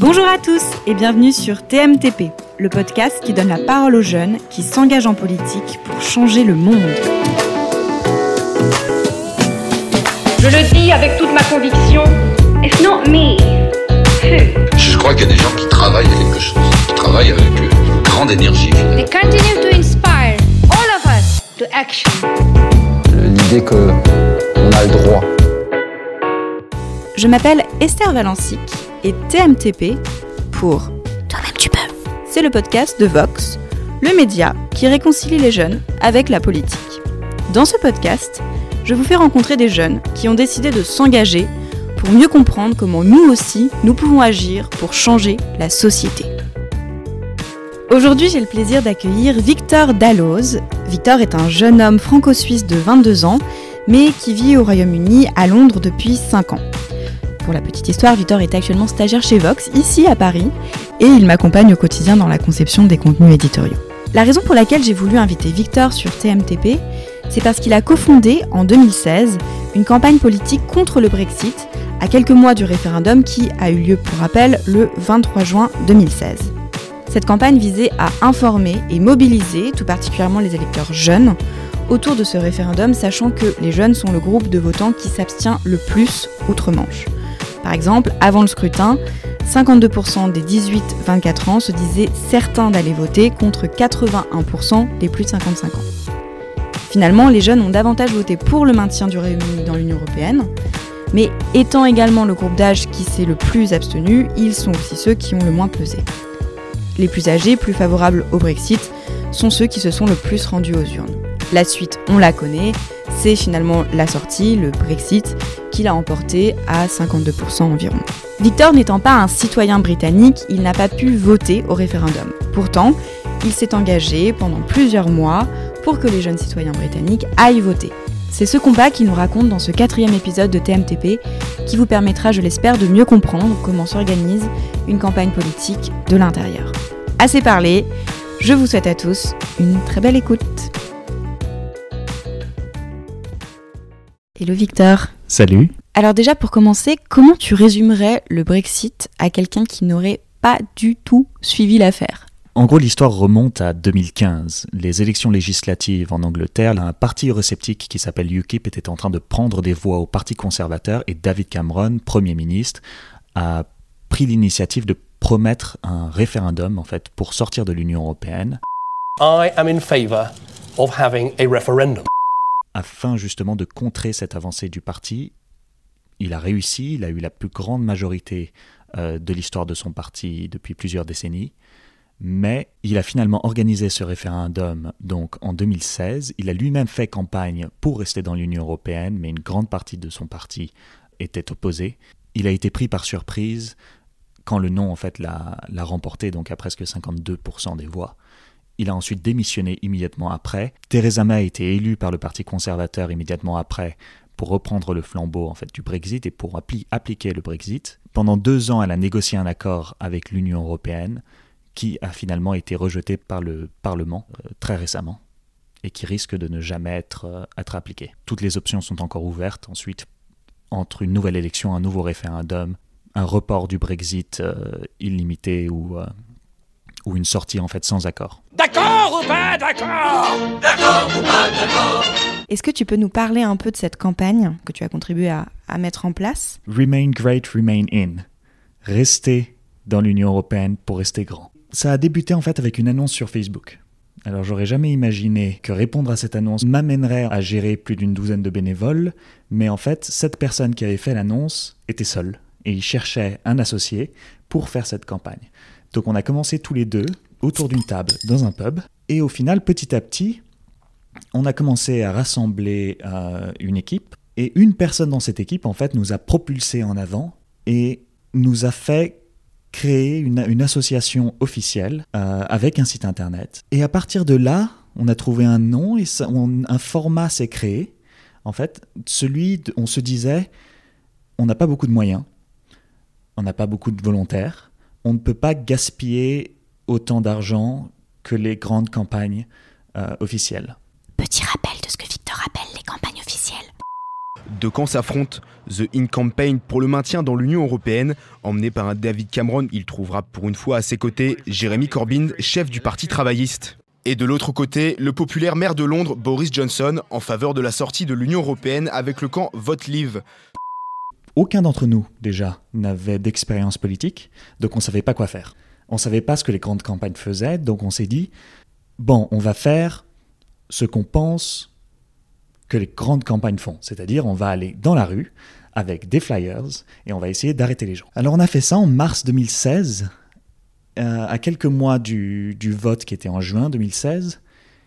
Bonjour à tous et bienvenue sur TMTP, le podcast qui donne la parole aux jeunes qui s'engagent en politique pour changer le monde. Je le dis avec toute ma conviction, it's not me. Je crois qu'il y a des gens qui travaillent à quelque chose, qui travaillent avec une grande énergie. They continue to inspire all of us to action. L'idée qu'on a le droit. Je m'appelle Esther Valensic et TMTP pour Toi-même tu peux. C'est le podcast de Vox, le média qui réconcilie les jeunes avec la politique. Dans ce podcast, je vous fais rencontrer des jeunes qui ont décidé de s'engager pour mieux comprendre comment nous aussi, nous pouvons agir pour changer la société. Aujourd'hui, j'ai le plaisir d'accueillir Victor Dalloz. Victor est un jeune homme franco-suisse de 22 ans, mais qui vit au Royaume-Uni, à Londres, depuis 5 ans. Pour la petite histoire, Victor est actuellement stagiaire chez Vox, ici à Paris, et il m'accompagne au quotidien dans la conception des contenus éditoriaux. La raison pour laquelle j'ai voulu inviter Victor sur TMTP, c'est parce qu'il a cofondé, en 2016, une campagne politique contre le Brexit, à quelques mois du référendum qui a eu lieu, pour rappel, le 23 juin 2016. Cette campagne visait à informer et mobiliser, tout particulièrement les électeurs jeunes, autour de ce référendum, sachant que les jeunes sont le groupe de votants qui s'abstient le plus outre-Manche. Par exemple, avant le scrutin, 52% des 18-24 ans se disaient certains d'aller voter contre 81% des plus de 55 ans. Finalement, les jeunes ont davantage voté pour le maintien du Royaume-Uni dans l'Union européenne, mais étant également le groupe d'âge qui s'est le plus abstenu, ils sont aussi ceux qui ont le moins pesé. Les plus âgés, plus favorables au Brexit, sont ceux qui se sont le plus rendus aux urnes. La suite, on la connaît, c'est finalement la sortie, le Brexit, qui l'a emporté à 52% environ. Victor n'étant pas un citoyen britannique, il n'a pas pu voter au référendum. Pourtant, il s'est engagé pendant plusieurs mois pour que les jeunes citoyens britanniques aillent voter. C'est ce combat qu'il nous raconte dans ce 4e épisode de TMTP, qui vous permettra, je l'espère, de mieux comprendre comment s'organise une campagne politique de l'intérieur. Assez parlé, je vous souhaite à tous une très belle écoute. Hello Victor. Salut. Alors déjà pour commencer, comment tu résumerais le Brexit à quelqu'un qui n'aurait pas du tout suivi l'affaire ? En gros, l'histoire remonte à 2015. Les élections législatives en Angleterre, un parti eurosceptique qui s'appelle UKIP était en train de prendre des voix au Parti conservateur et David Cameron, Premier ministre, a pris l'initiative de promettre un référendum en fait pour sortir de l'Union européenne. I am in favour of having a referendum. Afin justement de contrer cette avancée du parti, il a réussi, il a eu la plus grande majorité de l'histoire de son parti depuis plusieurs décennies, mais il a finalement organisé ce référendum donc en 2016. Il a lui-même fait campagne pour rester dans l'Union européenne, mais une grande partie de son parti était opposée. Il a été pris par surprise quand le non en fait l'a remporté, donc à presque 52% des voix. Il a ensuite démissionné immédiatement après. Theresa May a été élue par le Parti conservateur immédiatement après pour reprendre le flambeau en fait, du Brexit et pour appliquer le Brexit. Pendant 2 ans, elle a négocié un accord avec l'Union européenne qui a finalement été rejeté par le Parlement très récemment et qui risque de ne jamais être appliqué. Toutes les options sont encore ouvertes ensuite entre une nouvelle élection, un nouveau référendum, un report du Brexit illimité ou une sortie en fait sans accord. D'accord ou pas d'accord? D'accord ou pas d'accord? Est-ce que tu peux nous parler un peu de cette campagne que tu as contribué à mettre en place ? Remain great, remain in. Rester dans l'Union européenne pour rester grand. Ça a débuté en fait avec une annonce sur Facebook. Alors j'aurais jamais imaginé que répondre à cette annonce m'amènerait à gérer plus d'une douzaine de bénévoles, mais en fait cette personne qui avait fait l'annonce était seule et il cherchait un associé pour faire cette campagne. Donc on a commencé tous les deux autour d'une table dans un pub et au final petit à petit on a commencé à rassembler une équipe et une personne dans cette équipe en fait nous a propulsés en avant et nous a fait créer une association officielle avec un site internet. Et à partir de là, on a trouvé un nom et un format s'est créé. En fait, on se disait, on n'a pas beaucoup de moyens, on n'a pas beaucoup de volontaires, on ne peut pas gaspiller autant d'argent que les grandes campagnes officielles. Petit rappel de ce que Victor appelle les campagnes officielles. Deux camps s'affrontent. The In Campaign pour le maintien dans l'Union européenne. Emmené par un David Cameron, il trouvera pour une fois à ses côtés Jeremy Corbyn, chef du Parti travailliste. Et de l'autre côté, le populaire maire de Londres, Boris Johnson, en faveur de la sortie de l'Union européenne avec le camp Vote Leave. Aucun d'entre nous, déjà, n'avait d'expérience politique, donc on ne savait pas quoi faire. On ne savait pas ce que les grandes campagnes faisaient, donc on s'est dit, bon, on va faire ce qu'on pense que les grandes campagnes font. C'est-à-dire, on va aller dans la rue avec des flyers et on va essayer d'arrêter les gens. Alors on a fait ça en mars 2016, à quelques mois du vote qui était en juin 2016,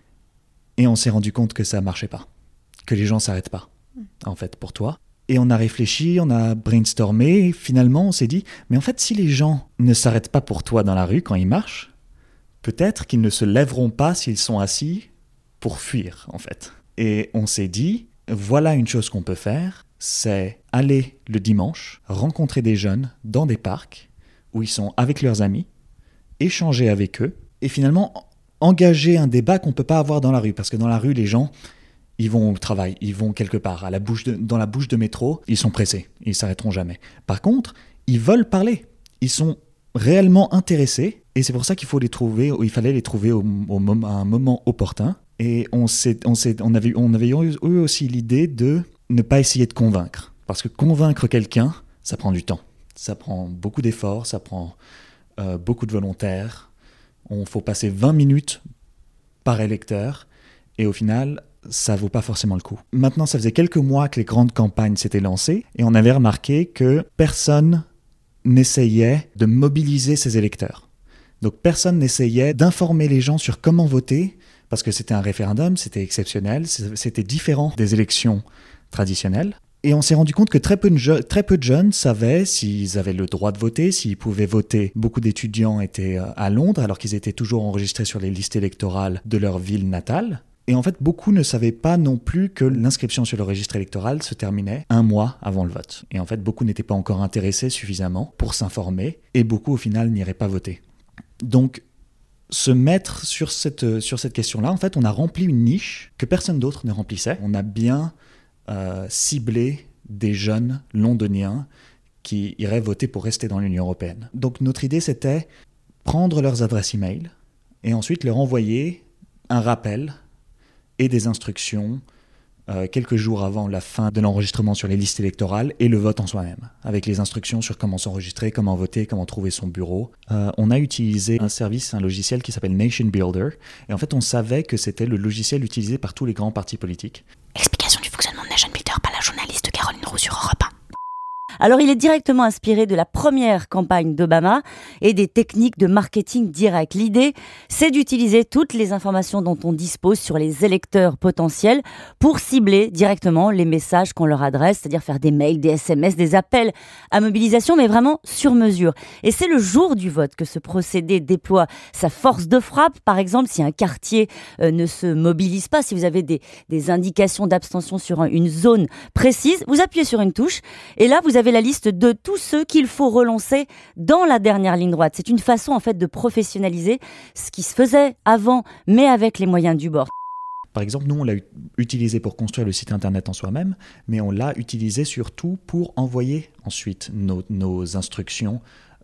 et on s'est rendu compte que ça ne marchait pas, que les gens ne s'arrêtent pas, en fait, pour toi. Et on a réfléchi, on a brainstormé, et finalement on s'est dit, mais en fait si les gens ne s'arrêtent pas pour toi dans la rue quand ils marchent, peut-être qu'ils ne se lèveront pas s'ils sont assis pour fuir en fait. Et on s'est dit, voilà une chose qu'on peut faire, c'est aller le dimanche, rencontrer des jeunes dans des parcs où ils sont avec leurs amis, échanger avec eux, et finalement engager un débat qu'on ne peut pas avoir dans la rue, parce que dans la rue les gens... Ils vont au travail, ils vont quelque part, dans la bouche de métro, ils sont pressés, ils ne s'arrêteront jamais. Par contre, ils veulent parler, ils sont réellement intéressés, et c'est pour ça qu'il fallait les trouver à un moment opportun. Et on avait eu aussi l'idée de ne pas essayer de convaincre, parce que convaincre quelqu'un, ça prend du temps, ça prend beaucoup d'efforts, ça prend beaucoup de volontaires. Il faut passer 20 minutes par électeur, et au final... ça vaut pas forcément le coup. Maintenant, ça faisait quelques mois que les grandes campagnes s'étaient lancées et on avait remarqué que personne n'essayait de mobiliser ses électeurs. Donc personne n'essayait d'informer les gens sur comment voter parce que c'était un référendum, c'était exceptionnel, c'était différent des élections traditionnelles. Et on s'est rendu compte que très peu de jeunes savaient s'ils avaient le droit de voter, s'ils pouvaient voter. Beaucoup d'étudiants étaient à Londres alors qu'ils étaient toujours enregistrés sur les listes électorales de leur ville natale. Et en fait, beaucoup ne savaient pas non plus que l'inscription sur le registre électoral se terminait 1 mois avant le vote. Et en fait, beaucoup n'étaient pas encore intéressés suffisamment pour s'informer, et beaucoup, au final, n'iraient pas voter. Donc, se mettre sur cette question-là, en fait, on a rempli une niche que personne d'autre ne remplissait. On a bien ciblé des jeunes londoniens qui iraient voter pour rester dans l'Union européenne. Donc, notre idée, c'était prendre leurs adresses e-mail et ensuite leur envoyer un rappel et des instructions quelques jours avant la fin de l'enregistrement sur les listes électorales et le vote en soi-même, avec les instructions sur comment s'enregistrer, comment voter, comment trouver son bureau. On a utilisé un logiciel qui s'appelle Nation Builder, et en fait on savait que c'était le logiciel utilisé par tous les grands partis politiques. Explication du fonctionnement de Nation Builder par la journaliste Caroline Roux sur Europe 1. Alors, il est directement inspiré de la première campagne d'Obama et des techniques de marketing direct. L'idée, c'est d'utiliser toutes les informations dont on dispose sur les électeurs potentiels pour cibler directement les messages qu'on leur adresse, c'est-à-dire faire des mails, des SMS, des appels à mobilisation, mais vraiment sur mesure. Et c'est le jour du vote que ce procédé déploie sa force de frappe. Par exemple, si un quartier ne se mobilise pas, si vous avez des indications d'abstention sur une zone précise, vous appuyez sur une touche et là, vous avez la liste de tous ceux qu'il faut relancer dans la dernière ligne droite. C'est une façon en fait de professionnaliser ce qui se faisait avant, mais avec les moyens du bord. Par exemple, nous, on l'a utilisé pour construire le site internet en soi-même, mais on l'a utilisé surtout pour envoyer ensuite nos instructions,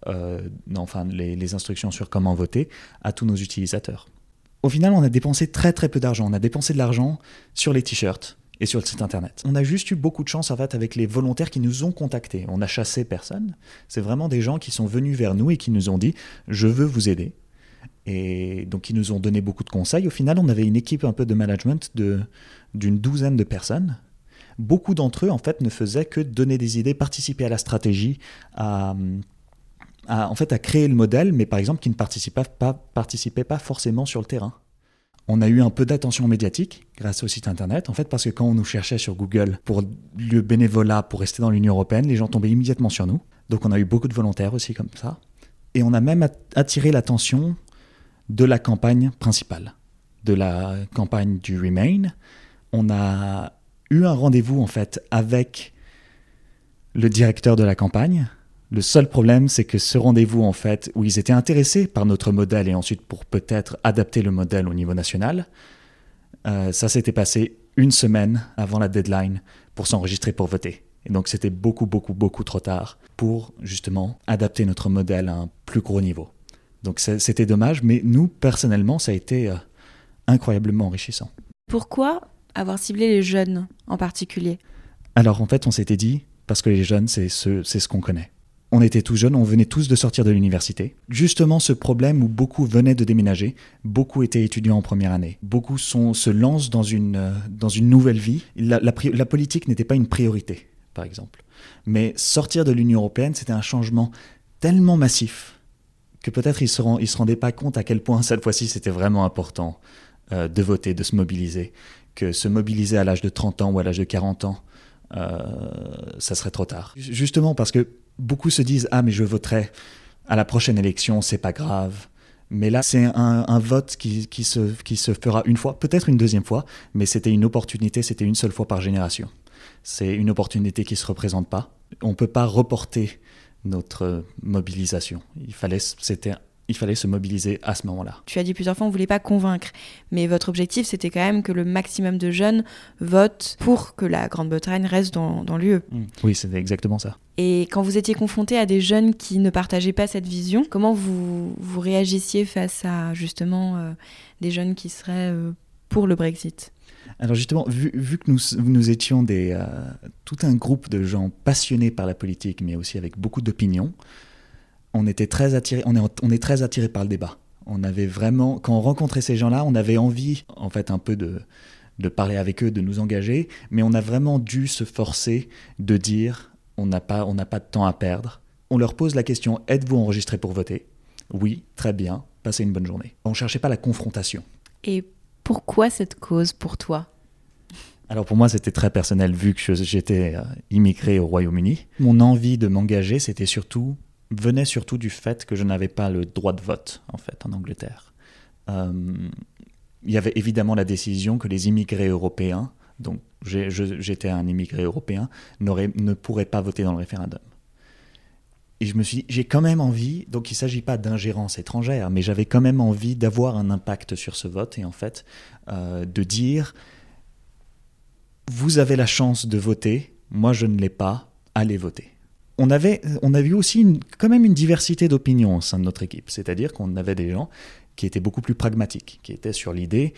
les instructions sur comment voter à tous nos utilisateurs. Au final, on a dépensé très très peu d'argent. On a dépensé de l'argent sur les t-shirts et sur le site internet. On a juste eu beaucoup de chance en fait avec les volontaires qui nous ont contactés. On n'a chassé personne. C'est vraiment des gens qui sont venus vers nous et qui nous ont dit « je veux vous aider ». Et donc ils nous ont donné beaucoup de conseils. Au final, on avait une équipe un peu de management d'une 12aine de personnes. Beaucoup d'entre eux en fait ne faisaient que donner des idées, participer à la stratégie, à créer le modèle, mais par exemple qui ne participaient pas forcément sur le terrain. On a eu un peu d'attention médiatique grâce au site internet, en fait, parce que quand on nous cherchait sur Google pour le bénévolat, pour rester dans l'Union européenne, les gens tombaient immédiatement sur nous. Donc on a eu beaucoup de volontaires aussi comme ça. Et on a même attiré l'attention de la campagne principale, de la campagne du Remain. On a eu un rendez-vous, en fait, avec le directeur de la campagne. Le seul problème, c'est que ce rendez-vous, en fait, où ils étaient intéressés par notre modèle et ensuite pour peut-être adapter le modèle au niveau national, ça s'était passé 1 semaine avant la deadline pour s'enregistrer pour voter. Et donc c'était beaucoup trop tard pour justement adapter notre modèle à un plus gros niveau. Donc c'était dommage, mais nous, personnellement, ça a été incroyablement enrichissant. Pourquoi avoir ciblé les jeunes en particulier ? Alors en fait, on s'était dit, parce que les jeunes, c'est ce qu'on connaît. On était tous jeunes, on venait tous de sortir de l'université. Justement, ce problème où beaucoup venaient de déménager, beaucoup étaient étudiants en première année. Beaucoup se lancent dans une nouvelle vie. La politique n'était pas une priorité, par exemple. Mais sortir de l'Union européenne, c'était un changement tellement massif que peut-être ils ne se rendaient pas compte à quel point, cette fois-ci, c'était vraiment important de voter, de se mobiliser. Que se mobiliser à l'âge de 30 ans ou à l'âge de 40 ans, ça serait trop tard. Justement parce que beaucoup se disent « Ah, mais je voterai à la prochaine élection, c'est pas grave ». Mais là, c'est un vote qui se fera une fois, peut-être une deuxième fois, mais c'était une opportunité, c'était une seule fois par génération. C'est une opportunité qui ne se représente pas. On ne peut pas reporter notre mobilisation. Il fallait se mobiliser à ce moment-là. Tu as dit plusieurs fois, on ne voulait pas convaincre. Mais votre objectif, c'était quand même que le maximum de jeunes votent pour que la Grande-Bretagne reste dans l'UE. Oui, c'était exactement ça. Et quand vous étiez confronté à des jeunes qui ne partageaient pas cette vision, comment vous réagissiez face à justement des jeunes qui seraient pour le Brexit ? Alors justement, vu que nous étions tout un groupe de gens passionnés par la politique, mais aussi avec beaucoup d'opinions, on est très attiré par le débat. On avait vraiment, quand on rencontrait ces gens-là, on avait envie, en fait, un peu de parler avec eux, de nous engager, mais on a vraiment dû se forcer de dire, on n'a pas de temps à perdre. On leur pose la question, êtes-vous enregistré pour voter ? Oui, très bien, passez une bonne journée. On ne cherchait pas la confrontation. Et pourquoi cette cause pour toi ? Alors pour moi, c'était très personnel, vu que j'étais immigré au Royaume-Uni. Mon envie de m'engager, venait surtout du fait que je n'avais pas le droit de vote, en fait, en Angleterre. Il y avait évidemment la décision que les immigrés européens, donc j'étais un immigré européen, ne pourraient pas voter dans le référendum. Et je me suis dit, j'ai quand même envie, donc il ne s'agit pas d'ingérence étrangère, mais j'avais quand même envie d'avoir un impact sur ce vote, et en fait, de dire, vous avez la chance de voter, moi je ne l'ai pas, allez voter. On a vu aussi quand même une diversité d'opinions au sein de notre équipe. C'est-à-dire qu'on avait des gens qui étaient beaucoup plus pragmatiques, qui étaient sur l'idée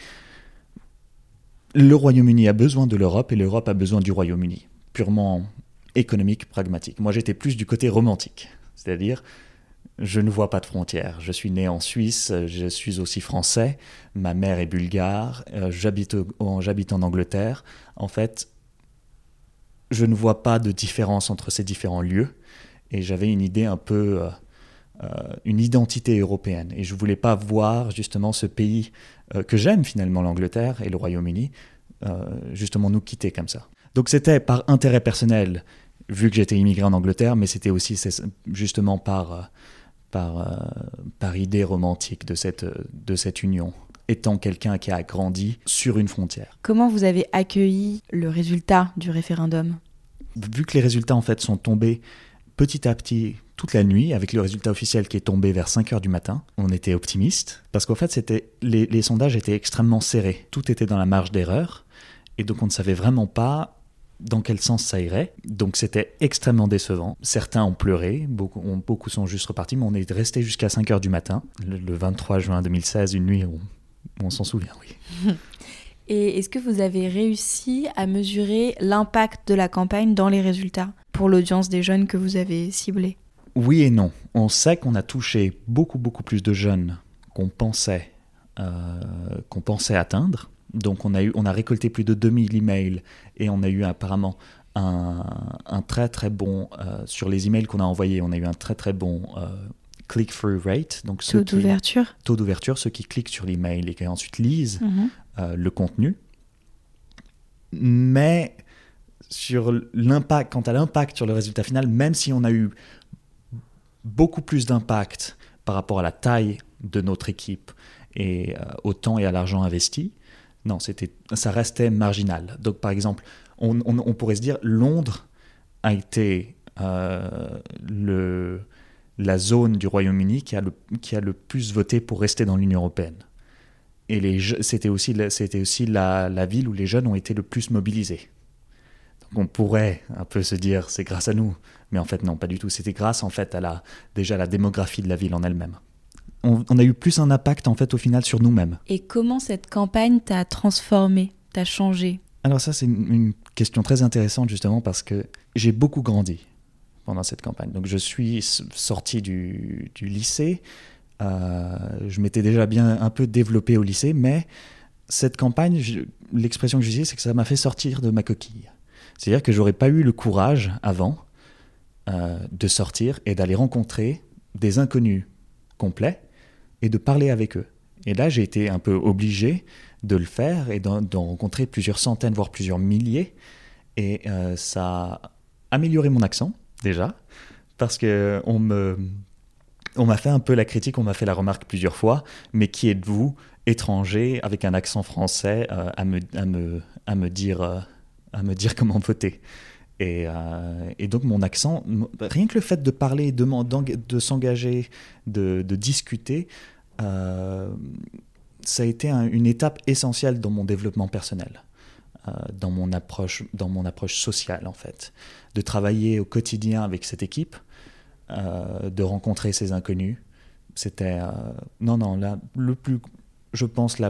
le Royaume-Uni a besoin de l'Europe et l'Europe a besoin du Royaume-Uni. Purement économique, pragmatique. Moi, j'étais plus du côté romantique. C'est-à-dire, je ne vois pas de frontières. Je suis né en Suisse, je suis aussi français, ma mère est bulgare, j'habite en Angleterre. En fait, je ne vois pas de différence entre ces différents lieux et j'avais une idée un peu, une identité européenne. Et je ne voulais pas voir justement ce pays que j'aime finalement, l'Angleterre et le Royaume-Uni, justement nous quitter comme ça. Donc c'était par intérêt personnel, vu que j'étais immigré en Angleterre, mais c'était aussi justement par idée romantique de cette union, étant quelqu'un qui a grandi sur une frontière. Comment vous avez accueilli le résultat du référendum ? Vu que les résultats en fait sont tombés petit à petit toute la nuit, avec le résultat officiel qui est tombé vers 5h du matin, on était optimiste, parce qu'en fait les sondages étaient extrêmement serrés. Tout était dans la marge d'erreur, et donc on ne savait vraiment pas dans quel sens ça irait. Donc c'était extrêmement décevant. Certains ont pleuré, beaucoup sont juste repartis, mais on est resté jusqu'à 5h du matin, le 23 juin 2016, une nuit où on s'en souvient, oui. Et est-ce que vous avez réussi à mesurer l'impact de la campagne dans les résultats pour l'audience des jeunes que vous avez ciblés ? Oui et non. On sait qu'on a touché beaucoup plus de jeunes qu'on pensait atteindre. Donc on a récolté plus de 2000 emails et on a eu apparemment un très très bon, sur les emails qu'on a envoyés, on a eu un très très bon click-through rate. Donc taux d'ouverture, ceux qui cliquent sur l'email et qui ensuite lisent le contenu. Mais sur l'impact, quant à l'impact sur le résultat final, même si on a eu beaucoup plus d'impact par rapport à la taille de notre équipe et au temps et à l'argent investi, non, ça restait marginal. Donc par exemple, on pourrait se dire Londres a été la zone du Royaume-Uni qui a le plus voté pour rester dans l'Union européenne. Et c'était aussi la ville où les jeunes ont été le plus mobilisés. Donc on pourrait un peu se dire c'est grâce à nous, mais en fait non, pas du tout. C'était grâce en fait à déjà la démographie de la ville en elle-même. On a eu plus un impact en fait au final sur nous-mêmes. Et comment cette campagne t'a transformé, t'a changé ? Alors ça c'est une question très intéressante justement parce que j'ai beaucoup grandi pendant cette campagne. Donc je suis sorti du lycée, je m'étais déjà bien un peu développé au lycée, mais cette campagne, l'expression que j'utilise, c'est que ça m'a fait sortir de ma coquille. C'est-à-dire que j'aurais pas eu le courage avant de sortir et d'aller rencontrer des inconnus complets et de parler avec eux. Et là, j'ai été un peu obligé de le faire et d'en rencontrer plusieurs centaines, voire plusieurs milliers. Et ça a amélioré mon accent, déjà, parce qu'on m'a fait un peu la critique, on m'a fait la remarque plusieurs fois, mais qui êtes-vous, étranger, avec un accent français, à me dire comment voter. Et donc mon accent, rien que le fait de parler, de s'engager, de discuter, ça a été une étape essentielle dans mon développement personnel, dans mon approche sociale en fait, de travailler au quotidien avec cette équipe, de rencontrer ces inconnus. C'était je pense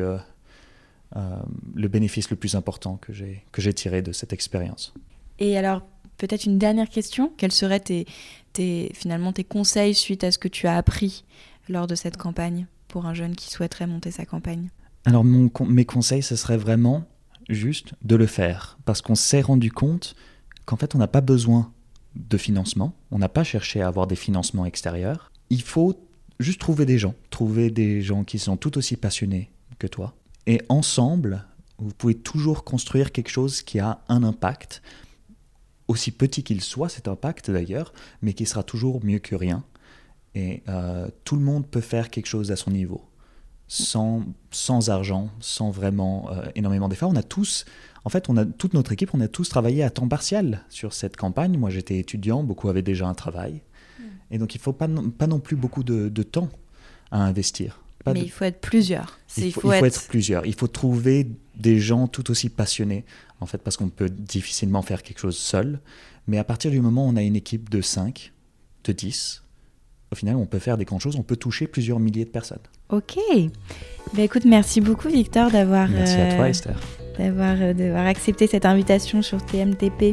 le bénéfice le plus important que j'ai tiré de cette expérience. Et alors, peut-être une dernière question. Quels seraient finalement tes conseils suite à ce que tu as appris lors de cette campagne pour un jeune qui souhaiterait monter sa campagne ? Alors, mes conseils, ce serait vraiment juste de le faire. Parce qu'on s'est rendu compte qu'en fait, on n'a pas besoin de financement. On n'a pas cherché à avoir des financements extérieurs. Il faut juste trouver des gens qui sont tout aussi passionnés que toi. Et ensemble, vous pouvez toujours construire quelque chose qui a un impact, aussi petit qu'il soit cet impact d'ailleurs, mais qui sera toujours mieux que rien. Et tout le monde peut faire quelque chose à son niveau, sans argent, sans vraiment énormément d'efforts. Toute notre équipe, on a tous travaillé à temps partiel sur cette campagne. Moi, j'étais étudiant, beaucoup avaient déjà un travail. Et donc, il ne faut pas non plus beaucoup de temps à investir. Il faut être plusieurs. Il faut être plusieurs. Il faut trouver des gens tout aussi passionnés, en fait, parce qu'on peut difficilement faire quelque chose seul. Mais à partir du moment où on a une équipe de 5, de 10, au final, on peut faire des grandes choses. On peut toucher plusieurs milliers de personnes. Ok. Écoute, merci beaucoup, Victor, d'avoir... Merci à toi, Esther. D'avoir accepté cette invitation sur TMTP.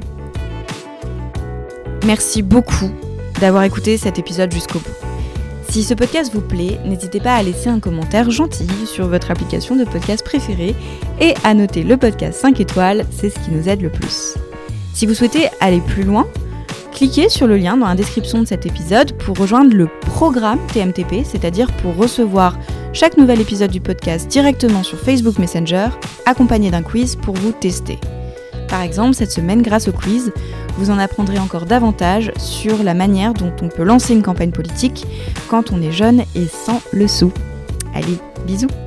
Merci beaucoup d'avoir écouté cet épisode jusqu'au bout. Si ce podcast vous plaît, n'hésitez pas à laisser un commentaire gentil sur votre application de podcast préférée et à noter le podcast 5 étoiles, c'est ce qui nous aide le plus. Si vous souhaitez aller plus loin, cliquez sur le lien dans la description de cet épisode pour rejoindre le programme TMTP, c'est-à-dire pour recevoir chaque nouvel épisode du podcast directement sur Facebook Messenger, accompagné d'un quiz pour vous tester. Par exemple, cette semaine, grâce au quiz, vous en apprendrez encore davantage sur la manière dont on peut lancer une campagne politique quand on est jeune et sans le sou. Allez, bisous!